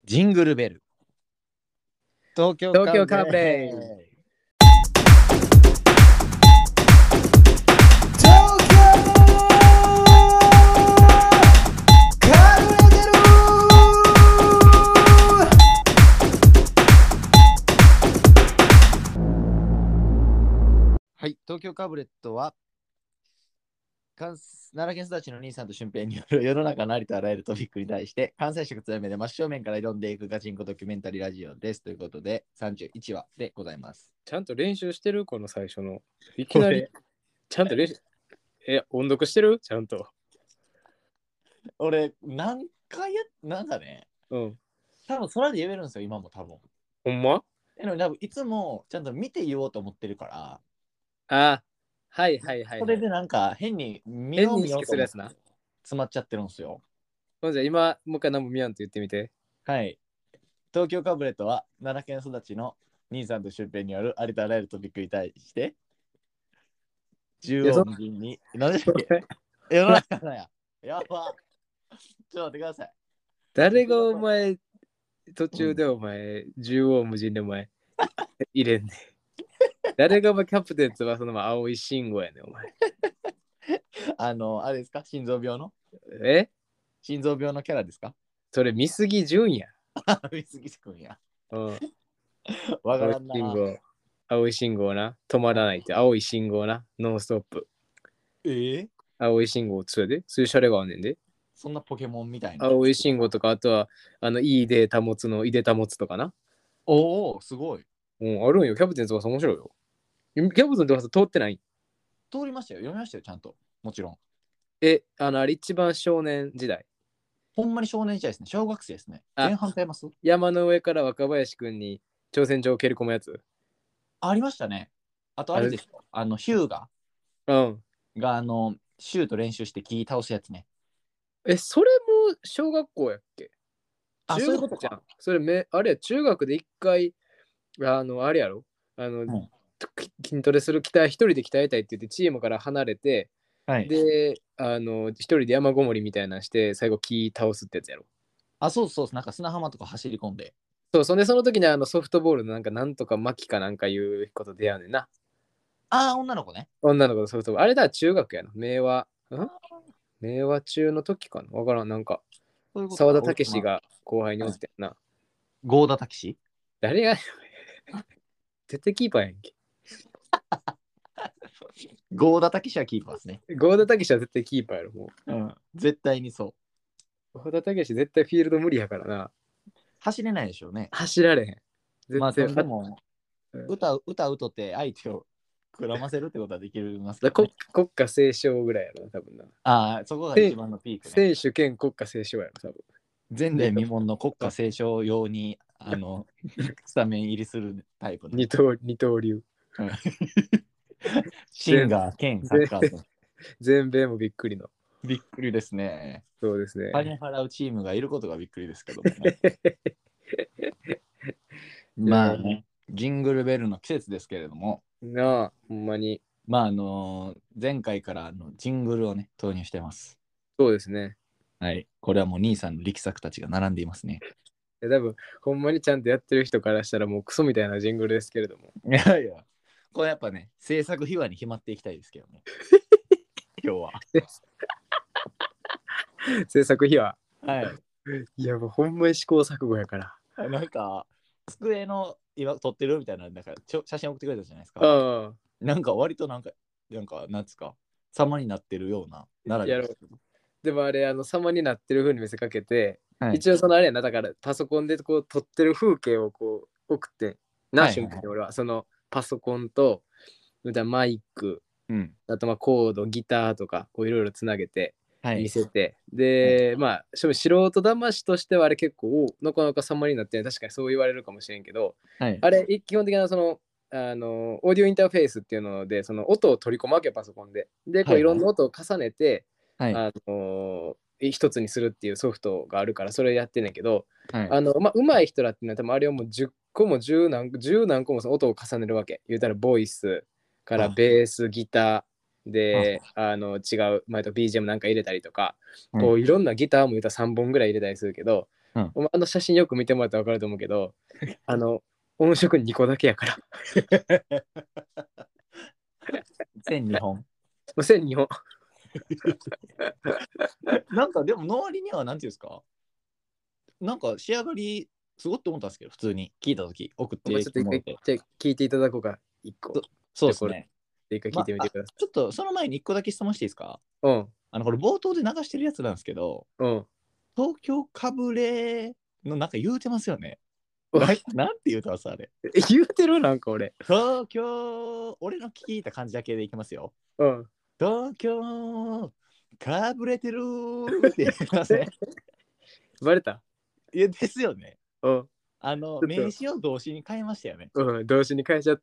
ジングルベル。東京東京カーブレイ。 はい、東京カブレットは奈良県育ちの兄さんと俊平による世の中のありとあらゆるトピックに対して関西色強めで真正面から挑んでいくガチンコドキュメンタリーラジオです。ということで31話でございます。 ちゃんと練習してる？この最初の。いきなり。ちゃんと練習。音読してる？ちゃんと。 俺、何回なんかね、 うん。 多分それで言えるんですよ、今も多分。 ほんま？ 多分いつもちゃんと見て言おうと思ってるから、 あ、はいはいはい、はい。 それでなんか変に見よう変に意識するやつな。 詰まっちゃってるんですよ。 ほんじゃ今、もう一回何も見やんと言ってみて。 はい。東京カブレットは奈良県育ちの兄さんと俊平によるありとあらゆるトピックに対して縦横無尽に何でしたっけ世の中のやばちょっと待ってください。 誰がお前途中でお前、縦横無尽でお前入れんねん。誰がお前キャプテン翼の青い信号やねんお前。 あれですか、心臓病の心臓病のキャラですか？ それ見すぎ順や。 見すぎくんや。 うん。 わからんな。 青い信号な。止まらないって。青い信号な。ノンストップ。青い信号2で。そういうシャレがあんねんで。 そんなポケモンみたいな。 青い信号とか、あとは、いいデータ持つの、いでた持つとかな。 おお、すごい。 あるんよ。キャプテン翼面白いよ。キャプテン翼通ってない？ 通りましたよ。読みましたよ、ちゃんと。もちろん。 あれ一番少年時代。 ほんまに少年時代ですね。小学生ですね。前半ちゃいます？ 山の上から若林くんに挑戦状を蹴り込むやつ。 ありましたね。あとあれですよ。ヒューガがシュート練習して木倒すやつね。 それも小学校やっけ？ そういうことか。 それあれや、中学で一回、あれやろ、筋トレする一人で鍛えたいって言ってチームから離れて、 はい、 で、一人で山ごもりみたいなして最後木倒すってやつやろ。 そうそう、なんか砂浜とか走り込んで。 その時にソフトボールのなんとか巻きかなんかいうこと出会うねんな。 女の子ね。 女の子のソフトボール。あれだ、中学やな。明和中の時かな、わからん。なんか、沢田武史が後輩におってな。 郷田武史？ 誰が絶対キーパーやんけ。 郷田武史はキーパーですね。 郷田武史は絶対キーパーやろ、もう。絶対にそう。 郷田武史絶対フィールド無理やからな。 走れないでしょうね。 走られへん。 絶対。でも、歌とって相手をくらませるってことはできますけど、ね。 国家斉唱ぐらいやろな、多分な。そこが一番のピークね。選手兼国家斉唱やろ、多分。 前代未聞の国家斉唱用に、スタメン入りするタイプの。 二刀流。 シンガー兼サッカーと。 全米もびっくりの。 びっくりですね。 そうですね。 金払うチームがいることがびっくりですけどもね。まあね、ジングルベルの季節ですけれども。 なあ、ほんまに。 前回からジングルをね、投入してます。 そうですね。 はい。これはもう兄さんの力作たちが並んでいますね。 多分、ほんまにちゃんとやってる人からしたらもうクソみたいなジングルですけれども。 いやいや、これやっぱね、制作秘話に決まっていきたいですけどね。今日は。 制作費は。 はい。 いや、もうほんまに試行錯誤やから。 なんか、机の今撮ってるみたいな、写真送ってくれたじゃないですか。なんか割となんつか、様になってるような並び。でもあれ、様になってる風に見せかけて、一応あれやな、だからパソコンでこう撮ってる風景をこう送って瞬間に俺は、そのパソコンと、マイク、あとコード、ギターとか、こういろいろつなげて、見せて、で、素人騙しとしてはあれ結構なかなか様になって確かにそう言われるかもしれんけど、あれ基本的なオーディオインターフェースっていうのでその音を取り込むわけパソコンでこういろんな音を重ねて、一つにするっていうソフトがあるからそれやってんねんけど、上手い人らっていうのは多分あれをもう10個も10何個もその音を重ねるわけ。言うたらボイスからベース、ギターで違うBGM なんか入れたりとか、こういろんなギターも言うたら3本ぐらい入れたりするけど、 うんお前写真よく見てもらったら分かると思うけど、音色2個だけやから。 全日本。 線2本。 なんかでも周りにはなんていうんですか、なんか仕上がりすごって思ったんですけど、普通に聞いたとき送ってお前ちょっと一回もらって。 じゃあ聞いていただこうか、1個。 そうですね。 一回聞いてみてください。 ちょっとその前に1個だけ質問していいですか？ うん。 これ冒頭で流してるやつなんですけど、 うん。 東京かぶれのなんか言うてますよね。なんて言うてますあれ。 言うてるなんか俺。 東京、俺の聞いた感じだけでいきますよ。 うん。 東京、かぶれてるって言いますね。 バレた？ いや、ですよね。 うん。 名詞を動詞に変えましたよね。 うん、動詞に変えちゃった。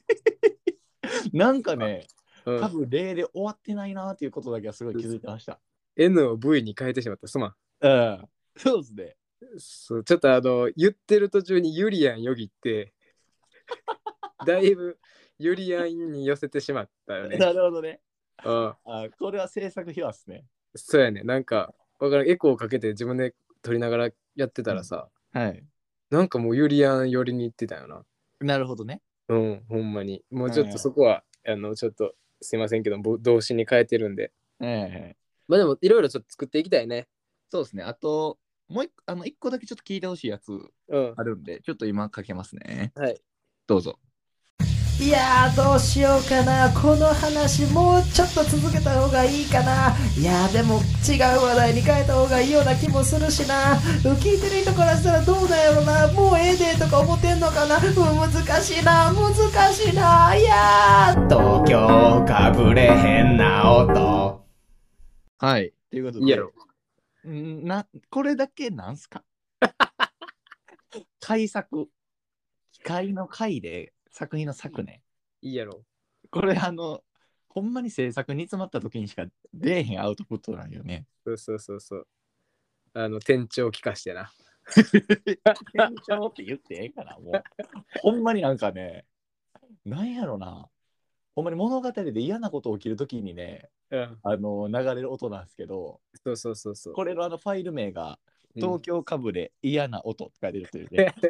なんかね、 うん、 多分例で終わってないなっていうことだけはすごい気づいてました。 N を V に変えてしまった。すまん。 うん。そうですね。 そう、ちょっと言ってる途中にユリアンよぎって、だいぶユリアンに寄せてしまったよね。 なるほどね。 うん。 これは制作秘話っすね。 そうやね。なんか、わからん。エコーかけて自分で撮りながらやってたらさ、 はい。 なんかもうユリアン寄りに行ってたよな。 なるほどね。 うん、ほんまに。もうちょっとそこは、ちょっとすいませんけど、動詞に変えてるんで。 ええ、 まあでも、いろいろちょっと作っていきたいね。 そうですね。あと、もう一個だけちょっと聞いてほしいやつうん。 あるんで、ちょっと今かけますね。 はい。 どうぞ。 いやーどうしようかなこの話もうちょっと続けた方がいいかないやーでも違う話題に変えた方がいいような気もするしな聞いてる人からしたらどうなんやろなもうええでとか思ってんのかな難しいないやー東京かぶれへんな音はい。ということで、 いいやろ。 これだけなんすか？改作。機械の回で作品の作ね。 いいやろ。 これほんまに制作に詰まった時にしか出えへんアウトプットなんよね。 そう。店長聞かしてな。 店長って言ってええかな、もう。ほんまになんかね、なんやろな。ほんまに物語で嫌なこと起きるときにね、 うん。 流れる音なんですけど、 そう。 これのファイル名が、 うん東京かぶれ嫌な音って書いてるというね。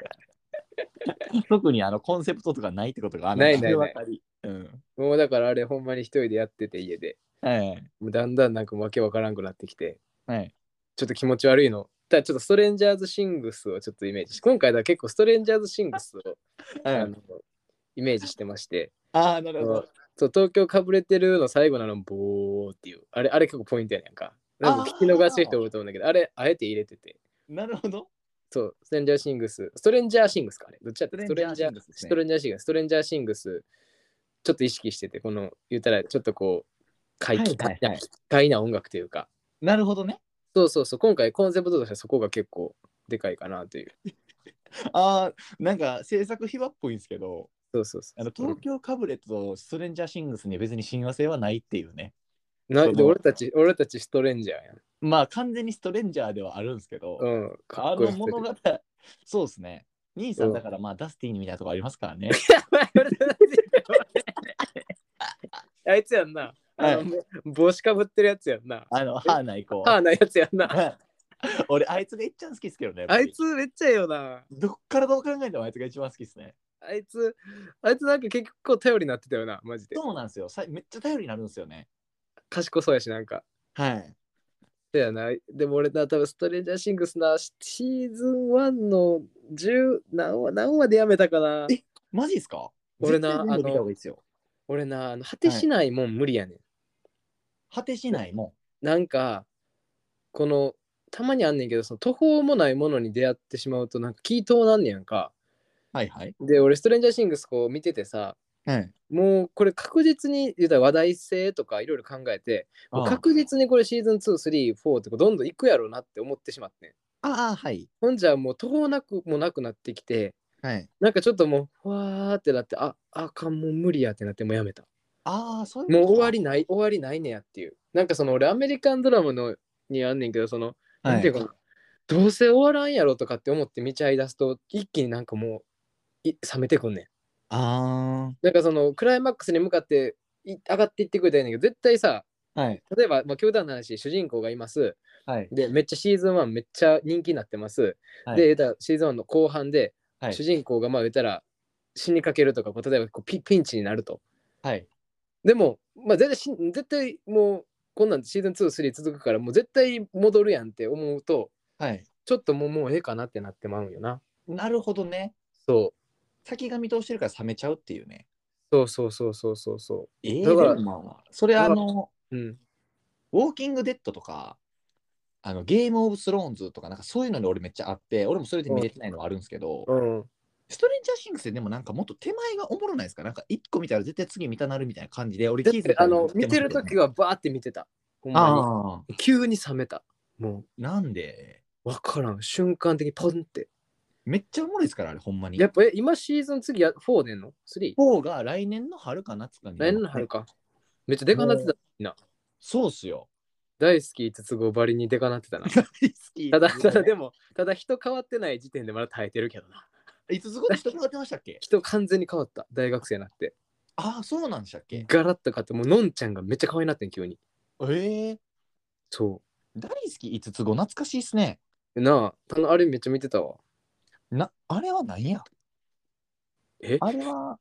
特にコンセプトとかないってことが、 ない分かり。うん。 もうだからあれほんまに一人でやってて家で。 はい。 もうだんだんなんかわけわからんくなってきて、 はい。 ちょっと気持ち悪いの。ただちょっとストレンジャーズシングスをちょっとイメージして、今回だ結構ストレンジャーズシングスをはい。 イメージしてまして、 ああ、なるほど。 そう東京かぶれてるの最後なのボーっていう、あれ結構ポイントやねんか。なんか聞き逃してる人おると思うんだけど、あれあえて入れてて。 なるほど。 そう、ストレンジャーシングス。ストレンジャーシングスかあれ。どっちだった？ ストレンジャーシングスですね。 ストレンジャーシングス。ストレンジャーシングス。ちょっと意識してて、言ったらちょっとこう、奇怪な音楽というか。 なるほどね。 そう。今回コンセプトとしてはそこが結構でかいかなという。 ああ、なんか制作秘話っぽいんですけど、 そう。 東京かぶれとストレンジャーシングスに別に親和性はないっていうね。 で俺たちストレンジャーやん。 まあ完全にストレンジャーではあるんですけど、 うん、かっこいい物語、そうですね。兄さんだからまあダスティーニみたいなとこありますからね。 あいつやんな。帽子かぶってるやつやんな。 歯ない子。 歯ないやつやんな。 俺、あいつがいっちゃん好きっすけどね。 あいつめっちゃええよな。 どっからどう考えてもあいつが一番好きっすね。 あいつなんか結構頼りになってたよな、マジで。 そうなんですよ。めっちゃ頼りになるんですよね。 賢そうやし、なんか。 はい。 そうやな。でも俺な、多分ストレンジャーシングスな、シーズン1の10何話でやめたかな。 マジっすか？ 俺な、俺な、果てしないもん無理やねん。 果てしないもん。なんか、たまにあんねんけど、その途方もないものに出会ってしまうと、なんか気遠なんねやんか。 はいはい。 で、俺、ストレンジャーシングスこう見ててさ、 はい。 もうこれ確実に言うたら話題性とかいろいろ考えて、もう確実にこれシーズン2、3、4ってどんどんいくやろうなって思ってしまってん。 はい。 ほんじゃもう途方なくもなくなってきて、 はい。 なんかちょっともう、ふわーってなって、あかん、もう無理やってなってもうやめた。 そういうことか。 もう終わりないねやっていう。なんか俺アメリカンドラマにあんねんけど、なんていうかな、どうせ終わらんやろとかって思って見ちゃい出すと、一気になんかもう冷めてくんねん。なんかクライマックスに向かって上がっていってくれたらいいんだけど、絶対さ、 はい。 例えば、極端な話、主人公がいます。 はい。 で、めっちゃシーズン1めっちゃ人気になってます。 はいで、言ったらシーズン1の後半で、 はい主人公がまあ言ったら死にかけるとか、例えばこうピンチになると。 はい。 でも、まあ、絶対もう、こんなんシーズン2、3続くから、もう絶対戻るやんって思うと、 はい。 ちょっともうええかなってなってまうんよな。 なるほどね。 そう。 先が見通してるから冷めちゃうっていうね。 そう。だから、 でもまあ、それだからうん。 ウォーキングデッドとか、ゲームオブスローンズとか、なんかそういうのに俺めっちゃあって、俺もそれで見れてないのはあるんですけど、 うん。 ストレンジャーシングスででもなんかもっと手前がおもろないですか？なんか一個見たら絶対次見たなるみたいな感じで、俺だって気づいたら見てるときはバーって見てた。ほんまああ、 に。急に冷めた。もなんで、 う、わからん。瞬間的にポンって。 めっちゃおもろいですから、あれ、ほんまに。 やっぱ、今シーズン次4出んの？ 3？ 4が来年の春か夏かに来年の春か。めっちゃデカなってた。みんな。 そうっすよ。 大好き5つ子ばりにデカなってたな。 大好き。 ただでも、人変わってない時点でまだ耐えてるけどな。 いつごと人変わってましたっけ？ 人完全に変わった。大学生になって。 ああ、そうなんでしたっけ？ ガラッと変わって、もうのんちゃんがめっちゃ可愛いなってん、急に。 ええそ大好き5つ子、懐かしいっすね。 う。なあ、あれめっちゃ見てたわ。 あれは何や？ えあれは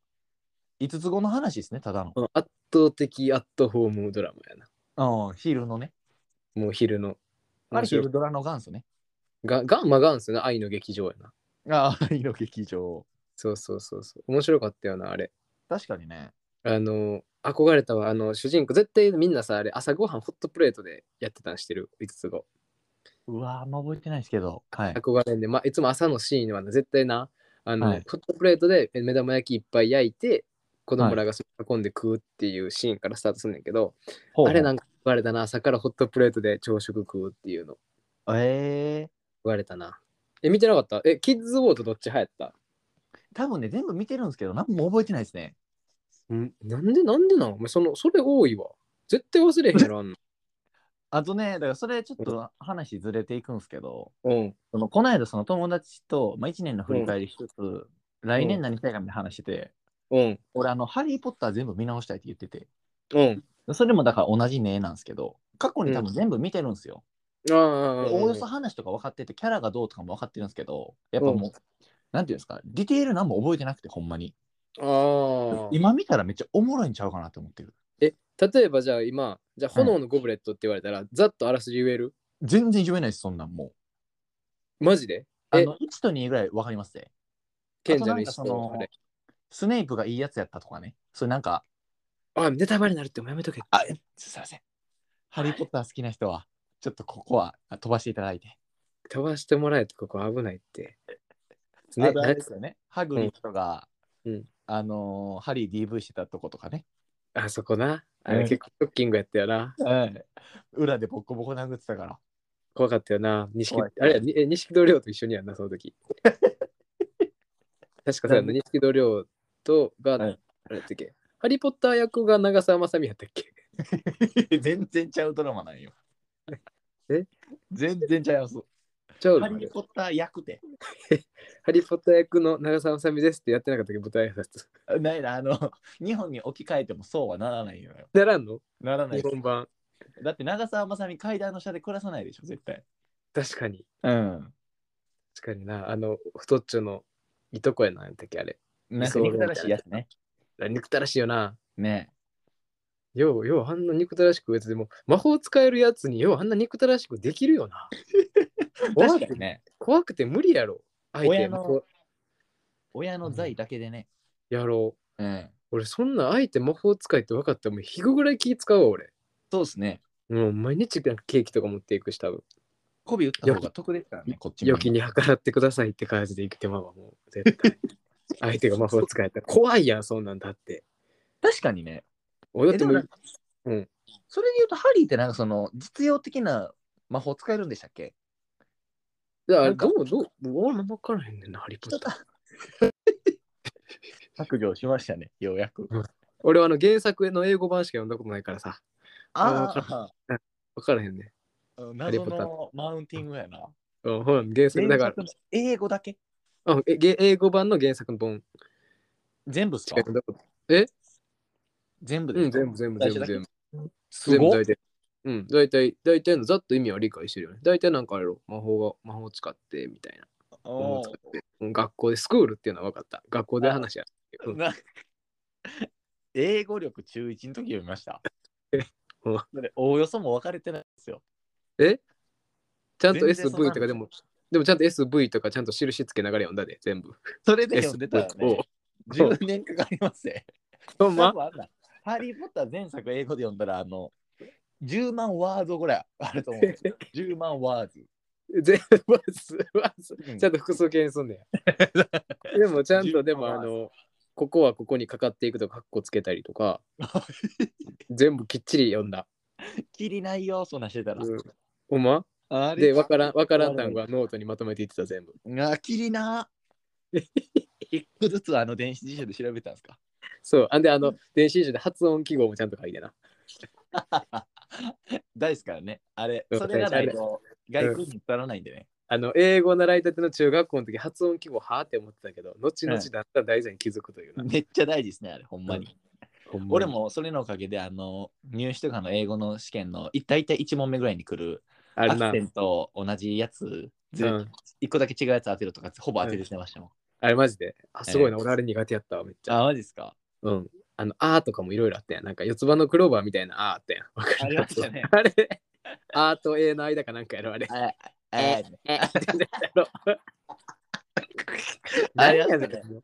5つ子の話ですね、ただの。 圧倒的アットホームドラマやな。 ああ、昼のね。 もう昼の。 あれ面白い。 昼ドラの元祖ね。 ガンスな、愛の劇場やな。 ああ、色劇場。 そう。面白かったよな、あれ。 確かにね。 憧れたわ。主人公、絶対みんなさ、あれ、朝ごはんホットプレートでやってたんしてる、5つ子。 うわあんま覚えてないですけど。はい。 憧れんで、いつも朝のシーンはな絶対な、 はいホットプレートで目玉焼きいっぱい焼いて、子供はいらがそれ運んで食うっていうシーンからスタートするんだけど、 ほうほうあれなんか言われたな、朝からホットプレートで朝食食うっていうのええ言われたな。見てなかった？キッズウォーとどっち流行った？ 多分ね、全部見てるんですけど、何も覚えてないですね。 なんでなの？お前それ多いわ。絶対忘れへんやろ、あんの。 あとね、だからそれちょっと話ずれていくんですけど、 うん。 この間その友達と、1年の振り返り一つ、来うん年何したいかみたいな話してて、 うん。 俺ハリー・ポッター全部見直したいって言ってて、 うん。 それもだから同じねなんですけど、過去に多分全部見てるんですよ。 ああ。 おおよそ話とか分かってて、キャラがどうとかも分かってるんですけど、やっぱもう、なんていうんですか、ディテール何も覚えてなくて、ほんまに。 ああ。 今見たらめっちゃおもろいんちゃうかなって思ってる。 例えばじゃあ今、炎のゴブレットって言われたら、ざっとあらすじ言える？ 全然言えないです、そんなんもマジで？ う。1と2ぐらい分かりますね。 賢者のあとなんか石とあれ。 スネイプがいいやつやったとかね。それなんか、 ネタバレになるってもうやめとけ。 すいません。ハリー・ポッター好きな人は、ちょっとここは飛ばしていただいて。 飛ばしてもらえとここ危ないって。 あとあれですよね。ハグリッドが、 うんハリー DV してたとことかね。 あそこな。あれ結構ショッキングやったよな。 裏でボッコボコ殴ってたから。 怖かったよな。 怖いあれや、錦戸亮と一緒にやんな、その時。確かそうやな、錦戸亮とが、 はいあれやったっけ？ハリー・ポッター役が長澤まさみやったっけ？ 全然ちゃうドラマなんよ。 え全然ちゃいます。 ちゃうの？ ハリー・ポッター役で。 ハリー・ポッター役の長澤まさみですってやってなかったっけ？舞台挨拶。 ないな、日本に置き換えてもそうはならないのよ。 ならんの？ ならないです。 日本版。 だって長澤まさみ階段の下で暮らさないでしょ、絶対。 確かに。 うん。 確かにな。太っちょのいとこやな、やったっけ、あれ。 なんか憎たらしいやつね。 憎たらしいよな。 ねよう、あんな憎たらしく、でも、魔法使えるやつにようあんな憎たらしくできるよな。 確かにね。 怖くて無理やろ。 親の財だけでね。 やろう。ん。 俺、そんな相手魔法使いって分かったら、もう引くぐらい気使うわ、俺。 そうですね。 もう毎日なんかケーキとか持っていくし、多分。 媚び打った方が得ですからね、こっちも。 良きに計らってくださいって感じで生きてまうわ、もう。絶対。相手が魔法使えたら怖いやん、そんなんだって。 確かにね。 俺だってもう、 それで言うと、ハリーってなんか実用的な魔法使えるんでしたっけ？ だから俺も分からへんねんな、ハリーポッター。 削除しましたね、ようやく。 俺は原作の英語版しか読んだことないからさ。 ああ、分からへんね。 謎のマウンティングやな。 ほら、原作だから。 英語だけ？ 英語版の原作の本。 全部っすか？ え？ 全部ですか？ 全部。 すごい。 うん、大体のざっと意味は理解してるよね。大体なんかあれろ、魔法使ってみたいな。魔法使って。学校でスクールっていうのは分かった。学校で話や。うん、 英語力中1の時読みました。 うんおおよそも分かれてないんですよ。 ちゃんと全然そんな SV とかでもちゃんと SV とかちゃんと印つけながら読んだで、全部。 それで読んでたらね、10年かかりますね。 ほんまハリー・ポッター前作英語で読んだら、10万ワードぐらいあると思う。10万ワーズ。 全部ちゃんと複数形にすんねや。でもちゃんと、でもここはここにかかっていくとか、カッコつけたりとか、全部きっちり読んだ。 きりないよ、そんなしてたら。 ほんまで、わからん単語はノートにまとめていってた、全部。 きりな。一個ずつ電子辞書で調べたんですか？ そう。電子辞書で発音記号もちゃんと書いてな。 大ですからね。あれ、それがないと外国に伝わらないんでね。 英語習いたての中学校の時、発音記号はーって思ってたけど、後々だったら大事に気づくというな。 めっちゃ大事ですね、あれ、ほんまに。俺もそれのおかげで、入試とかの英語の試験の大体1問目ぐらいに来るアクセント同じやつ、1個だけ違うやつ当てるとか、ほぼ当ててしてましたもん。 あれマジで。すごいな、俺あれ苦手やったわ、めっちゃ。 マジですか？ うん。あーとかもいろいろあったやん。なんか四つ葉のクローバーみたいなあーってやん。 ありましたね。 あれ、あーと A の間かなんかやろ、あれ。あれ何やねん。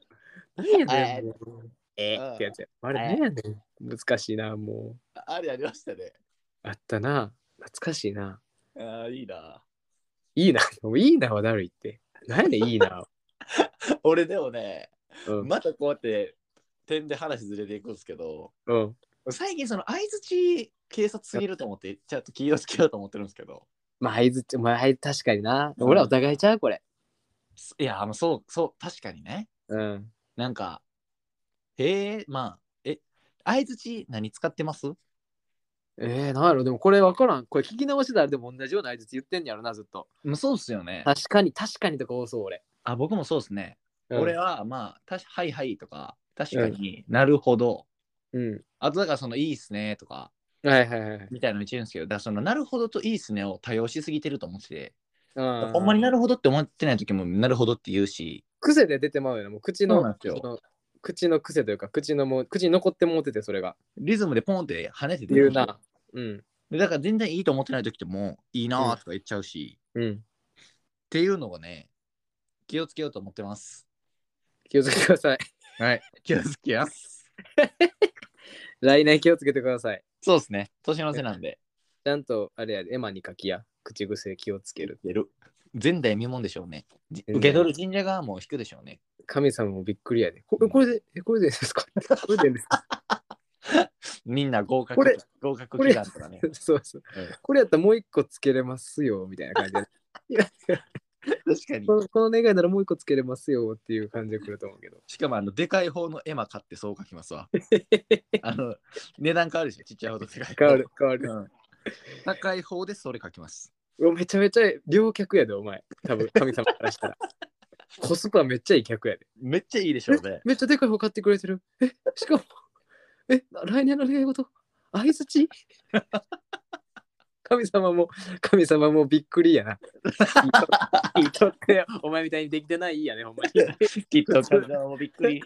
ってやつや。あれ何やねん。難しいな、もう。 あれありましたね。 あったな。懐かしいな。 いいな。 いいな。いいなはだるいって。何やねん、いいな。 俺でもね、またこうやって点で話ずれていくんですけど、最近相づち警察すぎると思ってちゃんと気をつけようと思ってるんですけど。 まあ相づち、確かにな。俺はお互いちゃうこれ。 いや、そう、確かにね。なんか、相づち何使ってます？ なんやろ、でもこれ分からん。これ聞き直しだらでも同じような相づち言ってんやろな、ずっと。 そうっすよね。 確かにとか多そう、俺。 僕もそうですね。俺は、はいはいとか、確かになるほど。あとだからいいっすねとか、みたいなの言ってるんですけど、だからなるほどといいっすねを多用しすぎてると思ってて、ほんまになるほどって思ってない時もなるほどって言うし。 癖で出てまうよな、もう口の癖というか、口に残ってもうてて、それが。 リズムでポンって跳ねて言うな。 だから全然いいと思ってない時ってもいいなとか言っちゃうし、っていうのがね、気をつけようと思ってます。 気をつけてください。 はい、気をつけます。 来年気をつけてください。 そうですね、年の瀬なんで。 ちゃんと、あれやで、エマに書きや、口癖気をつける。 前代未聞でしょうね。受け取る神社側も引くでしょうね。 神様もびっくりやで。これでですか？これでですか？ みんな合格祈願とかね。 そう。これやったらもう一個つけれますよ、みたいな感じで。 確かにこの願いならもう一個つけれますよっていう感じでくると思うけど。 しかもでかい方のエマ買ってそう書きますわ。値段変わるでしょ、ちっちゃい方とでかい方。 変わる。 高い方でそれ書きます。 めちゃめちゃ良客やで、お前。多分神様からしたら。コスパめっちゃいい客やで。 めっちゃいいでしょうね。 めっちゃでかい方買ってくれてる。しかも、来年の願い事、相づち神様もびっくりやな。いいとってよ。お前みたいにできてないやね、ほんまに。 きっと神様もびっくり。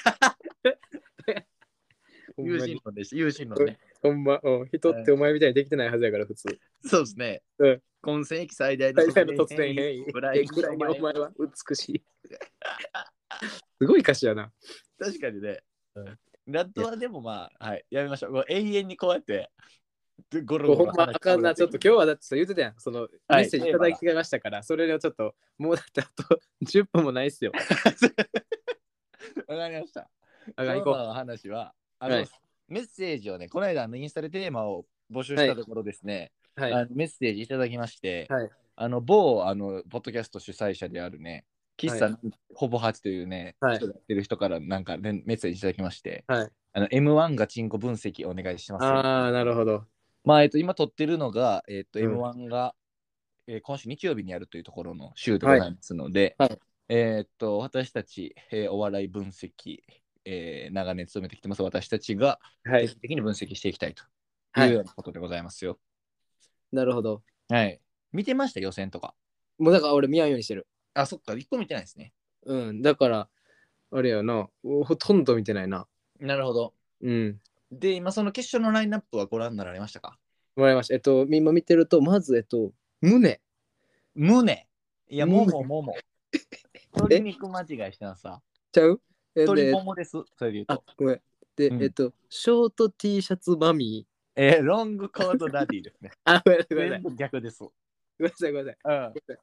友人論ね。 ほんま、人ってお前みたいにできてないはずやから、普通。 そうですね。今世紀最大の突然変異。ぐらいにお前は美しい。すごい歌詞やな。 確かにね。ラットはでもやめましょう。永遠にこうやって。 ほんまあかんな。ちょっと今日はだって言ってたやん。メッセージいただきましたから、それをちょっと、もうだってあと10分もないっすよ。 わかりました。 今日の話は、メッセージをね、この間インスタでテーマを募集したところですね、メッセージいただきまして、某ポッドキャスト主催者であるね、喫茶ほぼ8というね、人やってる人からなんかメッセージいただきまして、M1 ガチンコ分析お願いします。 なるほど。 今撮ってるのが、M1 が、今週日曜日にやるというところの週でございますので、私たち、お笑い分析、長年勤めてきてます私たちが定期的に分析していきたいというようなことでございますよ。 なるほど。 はい。見てました、予選とか。 もうだから俺見やんようにしてる。 あ、そっか、一個見てないですね。 うん。だから、あれやな。ほとんど見てないな。 なるほど。 うん。 で、今その決勝のラインナップはご覧になられましたか？ もらいました。今見てると、まず、胸。 胸。いや、も胸も。鶏肉間違いしてなさ。 ちゃう鶏ももです。それで言うと。 ごめん。で、 うんショート T シャツマミロングコートダディですね。 ー。あ、ごめんなさい。 全部逆です。 ごめんなさい。ごめんなさい。 うん。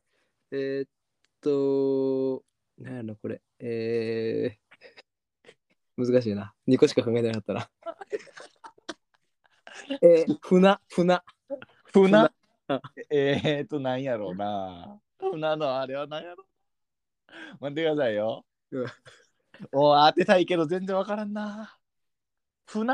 なんやろ、これ。難しいな。2個しか考えてなかったな。船。 船あなんやろうな。船のあれは何やろう。待ってくださいよ。 うん当てたいけど全然わからんな。船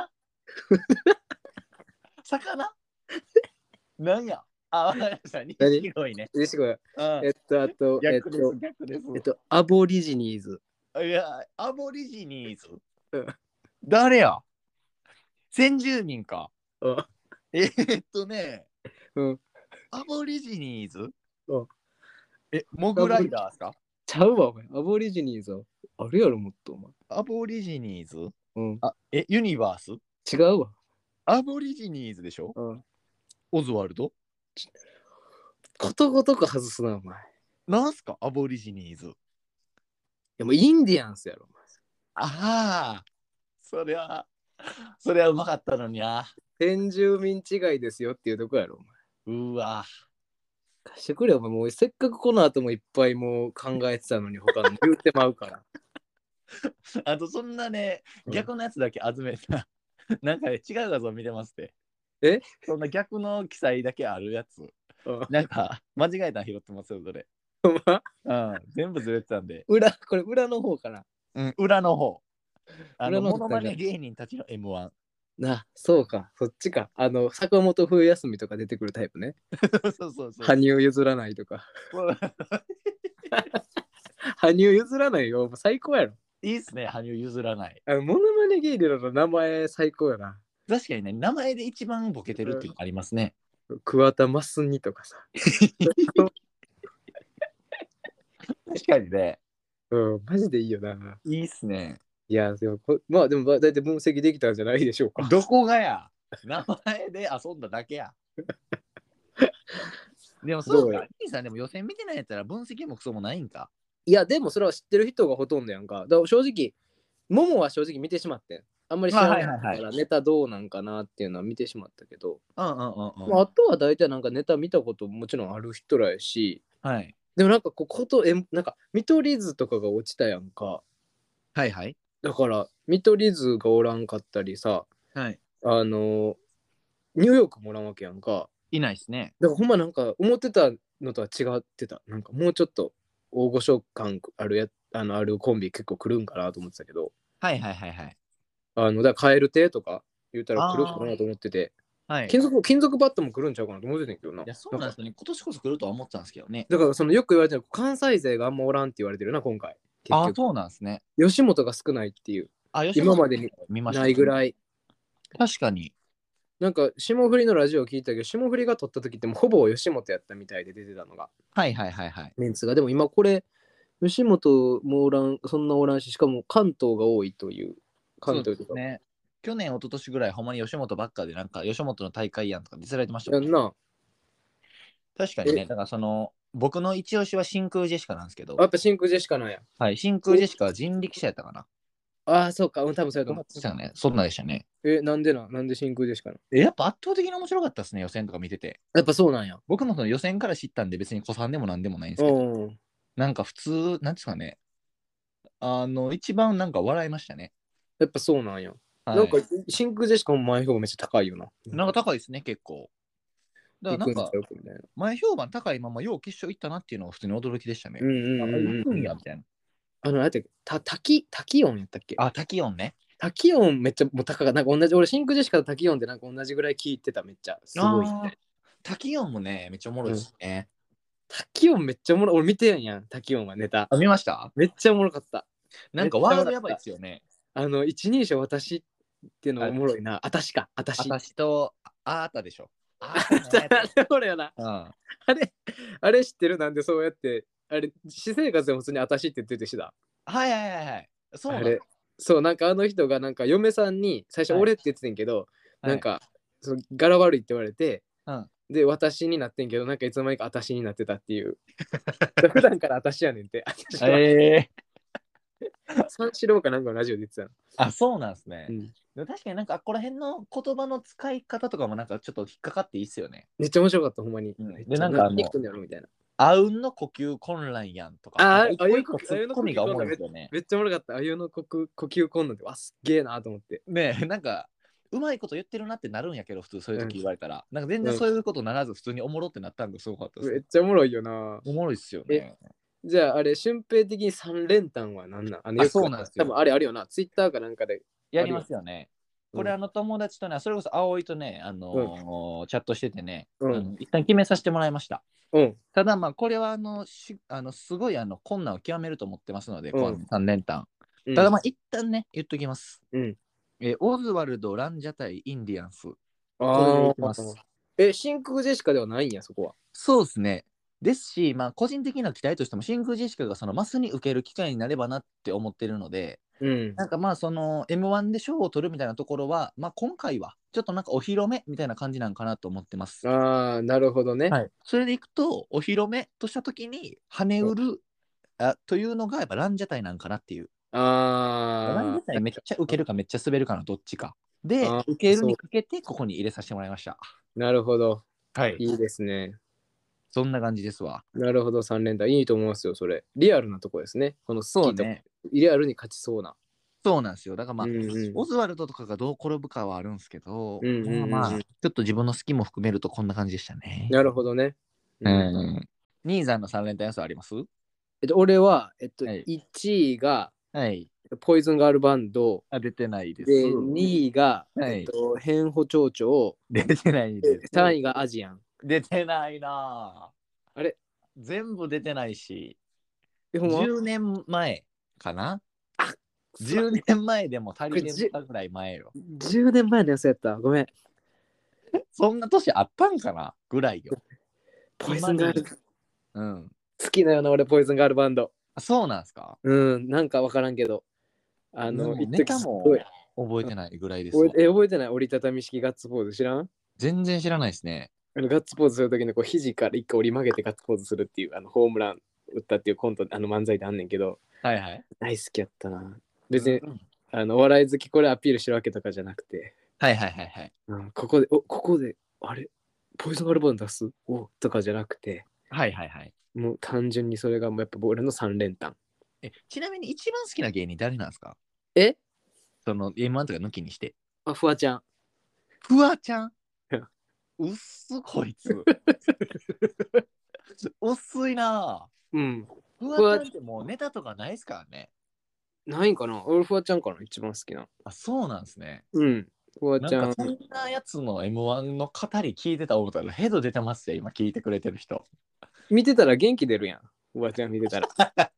魚なんやわかりました。錦鯉ね。 嬉しいこれ。 うんあと、 逆です、逆です。 アボリジニーズ。 いや、アボリジニーズうん誰や先住民か。 うんね、 うん。 アボリジニーズうんモグライダーですか？ ちゃうわ、お前。アボリジニーズ。あるやろ、もっと、お前。 アボリジニーズうん。 ユニバース違うわ。 アボリジニーズでしょ？ うん。 オズワルドことごとく外すな、お前。いなんすかアボリジニーズ。 や、もうインディアンスやろ、お前。 ああ、そりゃうまかったのにな。 先住民違いですよっていうとこやろ、お前。 うわ。 貸してくれよ、お前。もうせっかくこの後もいっぱいもう考えてたのに、他の言ってまうから。 あとそんなね、 うん逆のやつだけ集めた。なんかね、違う画像見てますって。 えそんな逆の記載だけあるやつ。 うんなんか間違えたの拾ってますよ、それ。 ほんま全部ずれてたんで。 これ裏の方かな。 裏の方。 裏の方モノマネ芸人たちの M1。 そうか、そっちか。坂本冬休みとか出てくるタイプね。 そう。 羽生譲らないとか。羽生譲らないよ。もう最高やろ。 いいっすね、羽生譲らない。 モノマネ芸人の名前最高やな。 確かにね、名前で一番ボケてるっていうのありますね。 桑田真澄とかさ。 確かにね。 マジでいいよな。 いいっすね。 いや、でも、だいたい分析できたんじゃないでしょうか。 どこがや名前で遊んだだけや。でもそうか、兄さんでも予選見てないやったら分析もクソもないんか。 いや、でもそれは知ってる人がほとんどやんか。だから正直、ももは正直見てしまってん。あんまり知らないからネタどうなんかなっていうのは見てしまったけど、 あとは大体なんかネタ見たこともちろんある人らやし、 はいでもなんかなんか見取り図とかが落ちたやんか。 はいはいだから見取り図がおらんかったりさ、 はいニューヨークもおらんわけやんか。 いないっすね。 だからほんまなんか思ってたのとは違ってた。なんかもうちょっと大御所感あるあるコンビ結構来るんかなと思ってたけど、 はい。 だからカエル亭とか言ったら来るかなと思ってて、 はい。 金属バットも来るんちゃうかなと思ってたんやけどな。 いや、そうなんですよね。今年こそ来るとは思ってたんですけどね。 だからそのよく言われてる関西勢があんまおらんって言われてるな、今回。 そうなんですね。 吉本が少ないっていう。今までにないぐらい。 確かに。 なんか霜降りのラジオを聞いたけど、霜降りが撮った時ってもうほぼ吉本やったみたいで出てたのが。 はい。 メンツが。でも今これ、吉本もおらん、そんなおらんし、しかも関東が多いという。関東とか。 ね。去年、一昨年ぐらい、ほんまに吉本ばっかで、なんか吉本の大会やんとかディスられてましたもんね。 やんな。 確かにね。だから僕の一押しは真空ジェシカなんですけど。 やっぱ真空ジェシカなんや。 はい、真空ジェシカは人力車やったかな。 そうか。多分そうやと思う。 そんなでしたね。 なんで真空ジェシカな。 やっぱ圧倒的に面白かったですね、予選とか見てて。 やっぱそうなんや。 僕もその予選から知ったんで、別に子さんでもなんでもないんですけど、なんか普通、なんですかね。一番なんか笑いましたね。 やっぱそうなんや。 はい、 なんか真空ジェシカも前評判めっちゃ高いよな。 なんか高いですね、結構。だからなんか、前評判高いまま、よう決勝行ったなっていうのが普通に驚きでしたね。行くんや、みたいな。 なんやったっけ滝音やったっけ滝音ね。 滝音めっちゃもう高かった。なんか同じ、俺真空ジェシカと滝音でなんか同じぐらい聞いてた、めっちゃ。すごい、ね。 滝音もね、めっちゃおもろいですね。 滝音めっちゃおもろい。俺見てんやん、滝音はネタ。 見ました？ めっちゃおもろかった。 なんかワードやばいっすよね。 一人称私っていうのおもろいな。私とあたしとあーたでしょ。 あーねおるよな。 うん。 あれ知ってる？なんでそうやって、あれ、私生活でも普通にあたしって言っててしだ。 はいはいはいはい。そうなの。 あれ、そう、なんかあの人がなんか嫁さんに最初はい俺って言ってたんやけど、 はいなんか、その柄悪いって言われて、 うん。 で、私になってんけど、なんかいつの間にか私になってたっていう。普段から私やねんて。私はええ三四郎かなんかのラジオで言ってたの。 あ、そうなんですね。 うん、 でも確かになんかここら辺の言葉の使い方とかもなんかちょっと引っかかっていいっすよね。 めっちゃ面白かった、ほんまに。 うんめっちゃでなんか何言ってんだろうみたいな。 あうんの呼吸混乱やんとか。 あ一個一個ツッコミがおもろいですよね。 めっちゃおもろかった。あゆの呼吸困難って、わ、すっげえなと思って。 ねえ、なんか、うまいこと言ってるなってなるんやけど、普通そういう時言われたら。なんか全うん然そういうことならず、普通におもろってなったんがすごかったですめっね。 ちゃおもろいよな。 おもろいっすよね。 じゃあ、あれ、俊平的に三連単は何なん？ あそうなんですよ多分あれあるよな。ツイッターかなんかで。 やりますよね。 うんこれ友達とね、それこそ葵とね、チャットしててね、 うん一旦決めさせてもらいました。 うん。 ただまあこれはすごい困難を極めると思ってますので、この3連単。 うん。 ただまあ一旦ね、言っときます。 うん。 オズワルド、ランジャタイ、インディアンス。 あこれでーいきます。 真空ジェシカではないんや、そこは。 そうですね。ですし、まあ個人的な期待としても、真空ジェシカがそのマスに受ける機会になればなって思ってるので、 うん。 なんかまあその M1 で賞を取るみたいなところは、まあ今回はちょっとなんかお披露目みたいな感じなんかなと思ってます。 ああ、なるほどね。 はい。それでいくと、お披露目としたときに、跳ねうるというのがやっぱランジャタイなんかなっていう。ランジあャタイめっちゃ受けるかめっちゃ滑るかのどっちか。であー、 受けるにかけてここに入れさせてもらいました。 なるほど。 はいいいですね。 そんな感じですわ。 なるほど、三連単。いいと思いますよ、それ。リアルなとこですね。この好きと、 そうね。 リアルに勝ちそうな。 そうなんですよ。だからまあ、 うんうんオズワルドとかがどう転ぶかはあるんですけど、 うんうんうんうんまあ、ちょっと自分の好きも含めるとこんな感じでしたね。 なるほどね。 ニーザンの3連単予想あります？ 俺は、 はい 1位が、 はい。 ポイズンガールバンド。 あ、出てないです。 で、2位が、 はい変歩町長。 出てないです。 3位がアジアン。 出てないなぁ。 あれ全部出てないし、 ほんま 10年前かな？ 10 年前でも足りてたぐらい前よ。 10年前のやつやった。ごめん。 そんな年あったんかなぐらいよ。 ポイズンガール。 うん。 好きだよな、俺、ポイズンガールバンド。 あ、そうなんすか？ うん、なんかわからんけど。一ネタも時すごい覚えてないぐらいですわ。 覚えてない？折りたたみ式ガッツポーズ知らん？ 全然知らないですね。 ガッツポーズするときに肘から一回折り曲げてガッツポーズするっていうホームラン打ったっていうコント、漫才であんねんけど、 はいはい。 大好きやったな。別に、 うんお笑い好きこれアピールしてるわけとかじゃなくて、 はいはいはいはい。 ここで、あれ、ポイズンガールバンド出すとかじゃなくて、 はいはいはい。 もう単純にそれがもうやっぱ俺の3連単。 ちなみに一番好きな芸人誰なんですか？ えその M1 とか抜きにして。 フワちゃん。 フワちゃんうんうっすこいつ。薄いなうん。 ぁ。フワちゃんってもうネタとかないっすからね。 ないんかな？俺フワちゃんかな、一番好きな。 あ、そうなんですね。 うん。フワちゃん。 なんかそんなやつの M1 の語り聞いてた思ったらヘド出てますよ、今聞いてくれてる人。 見てたら元気出るやん。フワちゃん見てたら。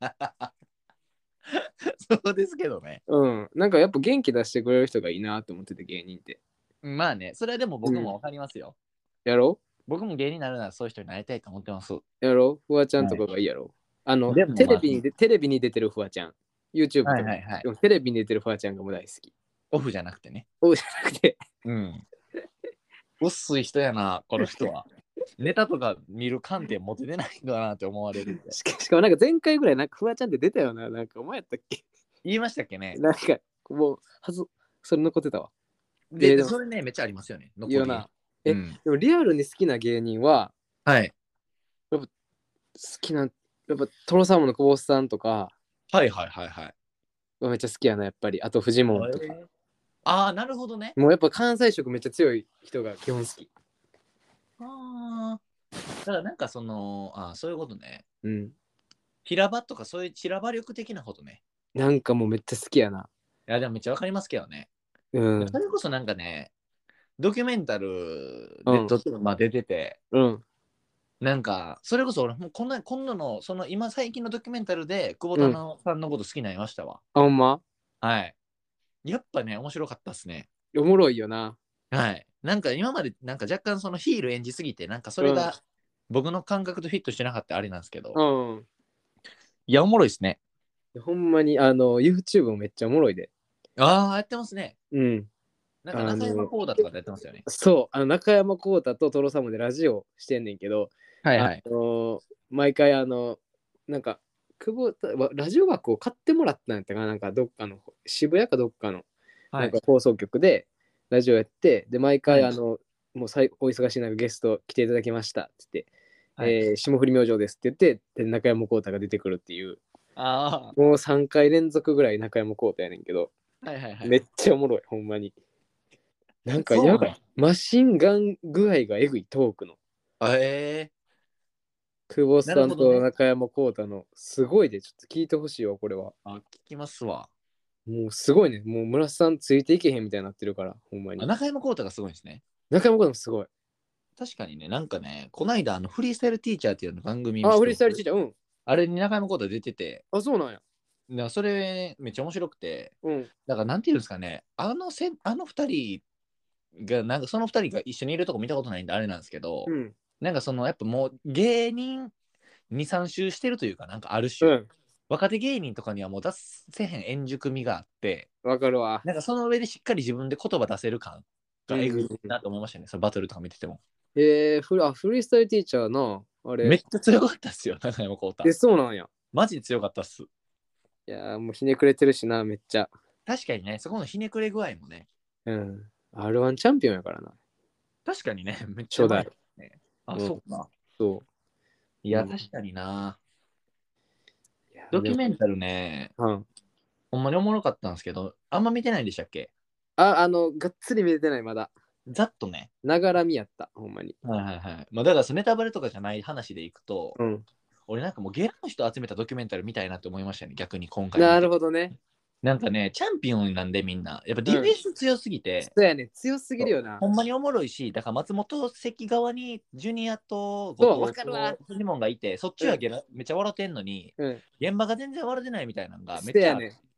そうですけどね。 うん。なんかやっぱ元気出してくれる人がいいなと思ってて、芸人って。 まあね、それはでも僕もわかりますよ。 やろ僕も芸人になるならそういう人になりたいと思ってます。 やろフワちゃんとかがいいやろ、 でもテレビに出てるフワちゃん。YouTube とか、 はいはいはいでもテレビに出てるフワちゃんがもう大好き。 オフじゃなくてね。 そうじゃなくて。 うん。薄い人やな、この人は。ネタとか見る観点持ててないんだなって思われるんで。 しかもなんか前回ぐらいなんかフワちゃんって出たよな。なんかお前やったっけ？ 言いましたっけね。 なんかもうそれ残ってたわ。 で、 でもそれね、めっちゃありますよね。残りいいよな。 うんでもリアルに好きな芸人は、 はい。 好きな、やっぱトロサーモンの久保さんとかはいはいはいはい。 めっちゃ好きやな、やっぱり。あとフジモンとか。 ああ、なるほどね。 もうやっぱ関西色めっちゃ強い人が基本好き。 ああ。だからなんかそういうことね。 うん。 平場とかそういう散らば力的なことね。 なんかもうめっちゃ好きやな。 いや、でもめっちゃわかりますけどね。 うん。 それこそなんかね、ドキュメンタルでちょっと出てて、 うん。 なんか、それこそ俺、もう今度の、今最近のドキュメンタルで、久保田さんのこと好きになりましたわ。 あ、ほんま？ はい。やっぱね、面白かったっすね。 おもろいよな。 はい。なんか今までなんか若干そのヒール演じすぎて、なんかそれが僕の感覚とフィットしてなかったあれなんですけど、 うん。 いや、おもろいですね。 ほんまにYouTube もめっちゃおもろいで。 ああ、やってますね。 うん。 なんか中山コーダとかでやってますよね。 そう、中山浩太とトロサムでラジオしてんねんけど、 はいはい。 毎回なんか、ラジオ枠を買ってもらったんやったかな、なんかどっかの、渋谷かどっかの、 はいなんか放送局でラジオやって、で、毎回はいもうお忙しい中ゲスト来ていただきましたって言って、 はい、 霜降り明星ですって言って、で中山浩太が出てくるっていう、 あもう3回連続ぐらい中山浩太やねんけど、 あ、はいはいはい。 めっちゃおもろい、ほんまに。なんかそうなんやばい。マシンガン具合がえぐい、トークの。 え久保なるさんほどね。 と中山浩太の、すごいで、ちょっと聞いてほしいわ、これは。 あ、聞きますわ。 もうすごいね。もう村瀬さんついていけへんみたいになってるから、ほんまに。 中山コータがすごいですね。 中山浩太もすごい。 確かにね、なんかね、こないだフリースタイルティーチャーっていうの番組あ、フリースタイルしてチーチャー、うん。 あれに中山コータ出てて、 あ、そうなんや。 それめっちゃ面白くて、 うん。 だからなんていうんですかね、あの二人が、なんかその二人が一緒にいるとこ見たことないんであれなんですけど、 うん。 なんかやっぱもう芸人2、3周してるというか、なんかある種、 うん。 若手芸人とかにはもう出せへん円熟味があって、 わかるわ。 なんかその上でしっかり自分で言葉出せる感がえぐいうんなと思いましたね、そのバトルとか見てても。 フリースタイルティーチャーな、あれ。 めっちゃ強かったっすよ、中山浩太。 そうなんや。 マジで強かったっす。 いやー、もうひねくれてるしな、めっちゃ。 確かにね、そこのひねくれ具合もね、 うん。R1 チャンピオンやからな。 確かにね、めっちゃ初代。 ね。あ、 うんそうか。 そいや、 うん確かにな。 う。いやドキでもュメンタルね、 うん。 ほんまにおもろかったんですけど、あんま見てないんでしたっけ？ がっつり見れてない、まだ。 ざっとね。 ながらみやった、ほんまに。 はいはいはい。まあ、だからネタバレとかじゃない話でいくと、 うん。 俺なんかもうゲラの人集めたドキュメンタル見たいなって思いましたね、逆に今回。 なるほどね。 なんかね、チャンピオンなんでみんな。やっぱディフェンス強すぎて、 そうやね、強すぎるよな。 ほんまにおもろいし、だから松本関側にジュニアとそう後藤わかるわとフジモンがいて、そっちはめっちゃ笑ってんのに、 うん。 現場が全然笑ってないみたいなのがめっそうちゃある。 やね。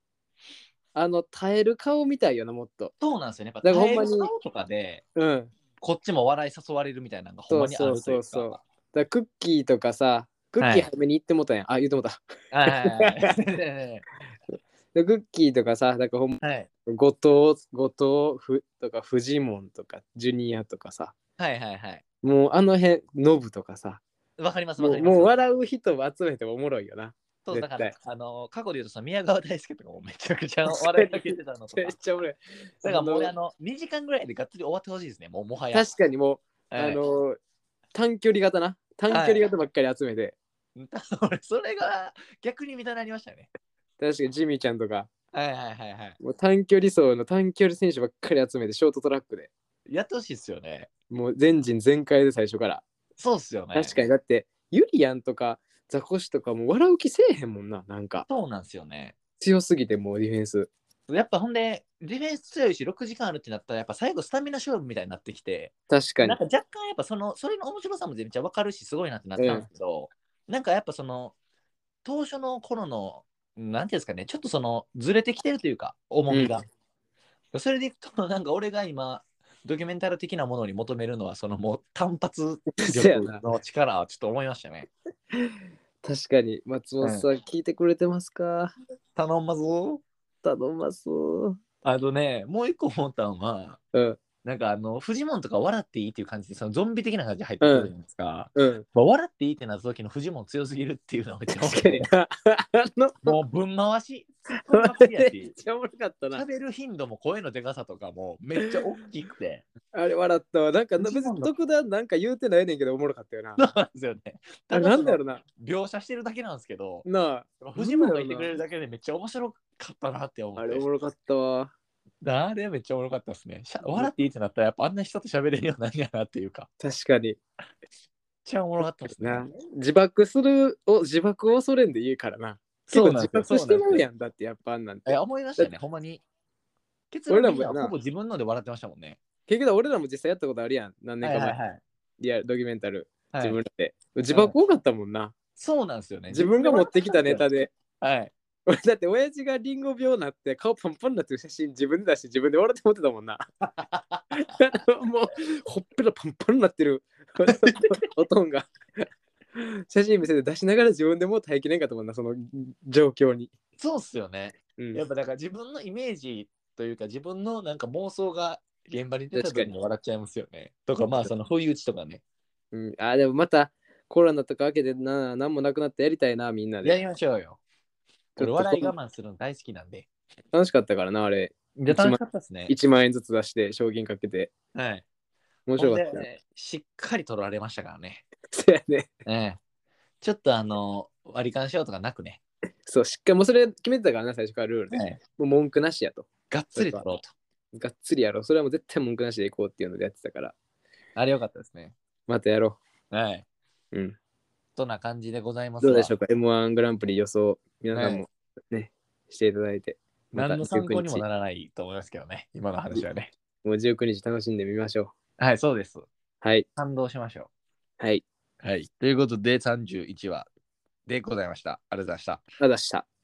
耐える顔みたいよな、もっと。 そうなんですよね。やっぱ耐えだからほんまにる顔とかで、 うん。 こっちも笑い誘われるみたいなのがほんそうまにあるというそう。だか。 からクッキーとかさ、クッキー早めに行ってもうたやん。あ、言ってもうた。 はいはいはいでクッキーとかさ、だからほんま、 はい後藤とかフジモンとかジュニアとかさ、 はいはいはい。 もうあの辺、ノブとかさ、 わかりますわかります。 もう笑う人を集めてもおもろいよな。 そうだから絶対過去で言うとさ、宮川大輔とかもめちゃくちゃ笑いかけてたのとか。 めっちゃおもろい。 だからもう2時間ぐらいでがっつり終わってほしいですね、もはや。 確かにもう、 はい短距離型な。短距離型ばっかり集めて。 俺、それが逆に見たなりましたね。 確かにジミーちゃんとか、 はいはいはいはい。 もう短距離走の短距離選手ばっかり集めて、ショートトラックで。 やってほしいっすよね。 もう全人全開で最初から。 そうっすよね。 確かに、だって、ユリアンとかザコシとかもう笑う気せえへんもんな、なんか。 そうなんですよね。 強すぎてもうディフェンス。 やっぱほんで、ディフェンス強いし、6時間あるってなったら、やっぱ最後スタミナ勝負みたいになってきて、 確かになん。か若干やっぱそれの面白さもめっちゃわかるし、すごいなってなったんですけど、なんかやっぱ当初の頃の、なんていうんですかね、ちょっとずれてきてるというか、重みが。それでいくと、なんか俺が今、ドキュメンタル的なものに求めるのは、もう単発力の力はちょっと思いましたね。 確かに、松本さん、聞いてくれてますか？ 頼んます。 頼ます。 もう一個思ったのは、なんかフジモンとか笑っていいっていう感じで、ゾンビ的な感じで入ってくるじゃないですか。笑っていいってなった時のフジモン強すぎるっていうのはめっちゃ確かにもうぶん回し。 めっちゃおもろかったな。 喋る頻度も声のでかさとかもめっちゃ大きくて。 あれ笑ったわ。なんか別に特段なんか言うてないねんけどおもろかったよな。 そうなんですよね。 なんだろうな。 描写してるだけなんですけど、 なあ。 フジモンがいてくれるだけでめっちゃ面白かったなって思って。 あれおもろかったわ。 あれめっちゃおもろかったですね。笑っていいってなったらやっぱあんな人と喋れるようになるんやなっていうか。 確かに。 めっちゃおもろかったですね。 自爆を恐れんでいいからな。そう自爆してまうやんだってやっぱあんなんて。 思いましたね、ほんまに。俺らもほぼ自分ので笑ってましたもんね。 結局俺らも実際やったことあるやん。何年か前。リアルドキュメンタル。自分らで。自爆多かったもんな。 そうなんですよね。 自分が持ってきたネタで。 はい。 俺だって親父がリンゴ病になって顔パンパンになってる写真自分で出して自分で笑って持ってたもんな。 もうほっぺたパンパンになってるおとんが写真見せて出しながら自分でもう耐えきれんかと思うな、その状況に。 そうっすよね。 うん、 やっぱだから自分のイメージというか自分のなんか妄想が現場に出た時に笑っちゃいますよね。とかまあその不意打ちとかね。 うん、でもまたコロナとか明けて何もなくなってやりたいな、みんなで。 やりましょうよ。 ちょっと俺笑い我慢するの大好きなんで。 楽しかったからな、あれ。 楽しかったですね。 1万円ずつ出して賞金かけて。 はい。 面白かったよ。 しっかり取られましたからね。 そうやね。 ちょっと割り勘しようとかなくね。 そう、しっかり、もうそれ決めてたからな、最初からルールで。もう文句なしやと。 がっつり取ろうと。 がっつりやろう。それはもう絶対文句なしでいこうっていうのでやってたから。 あれよかったですね。 またやろう。はい。 うん。 とな感じでございます。 どうでしょうか、M1 グランプリ予想、皆さんもね、していただいて。 何の参考にもならないと思いますけどね、今の話はね。 もう19日楽しんでみましょう。はい、そうです。 はい。 感動しましょう。はい。 はい。ということで、31話でございました。ありがとうございました。 ありがとうございました。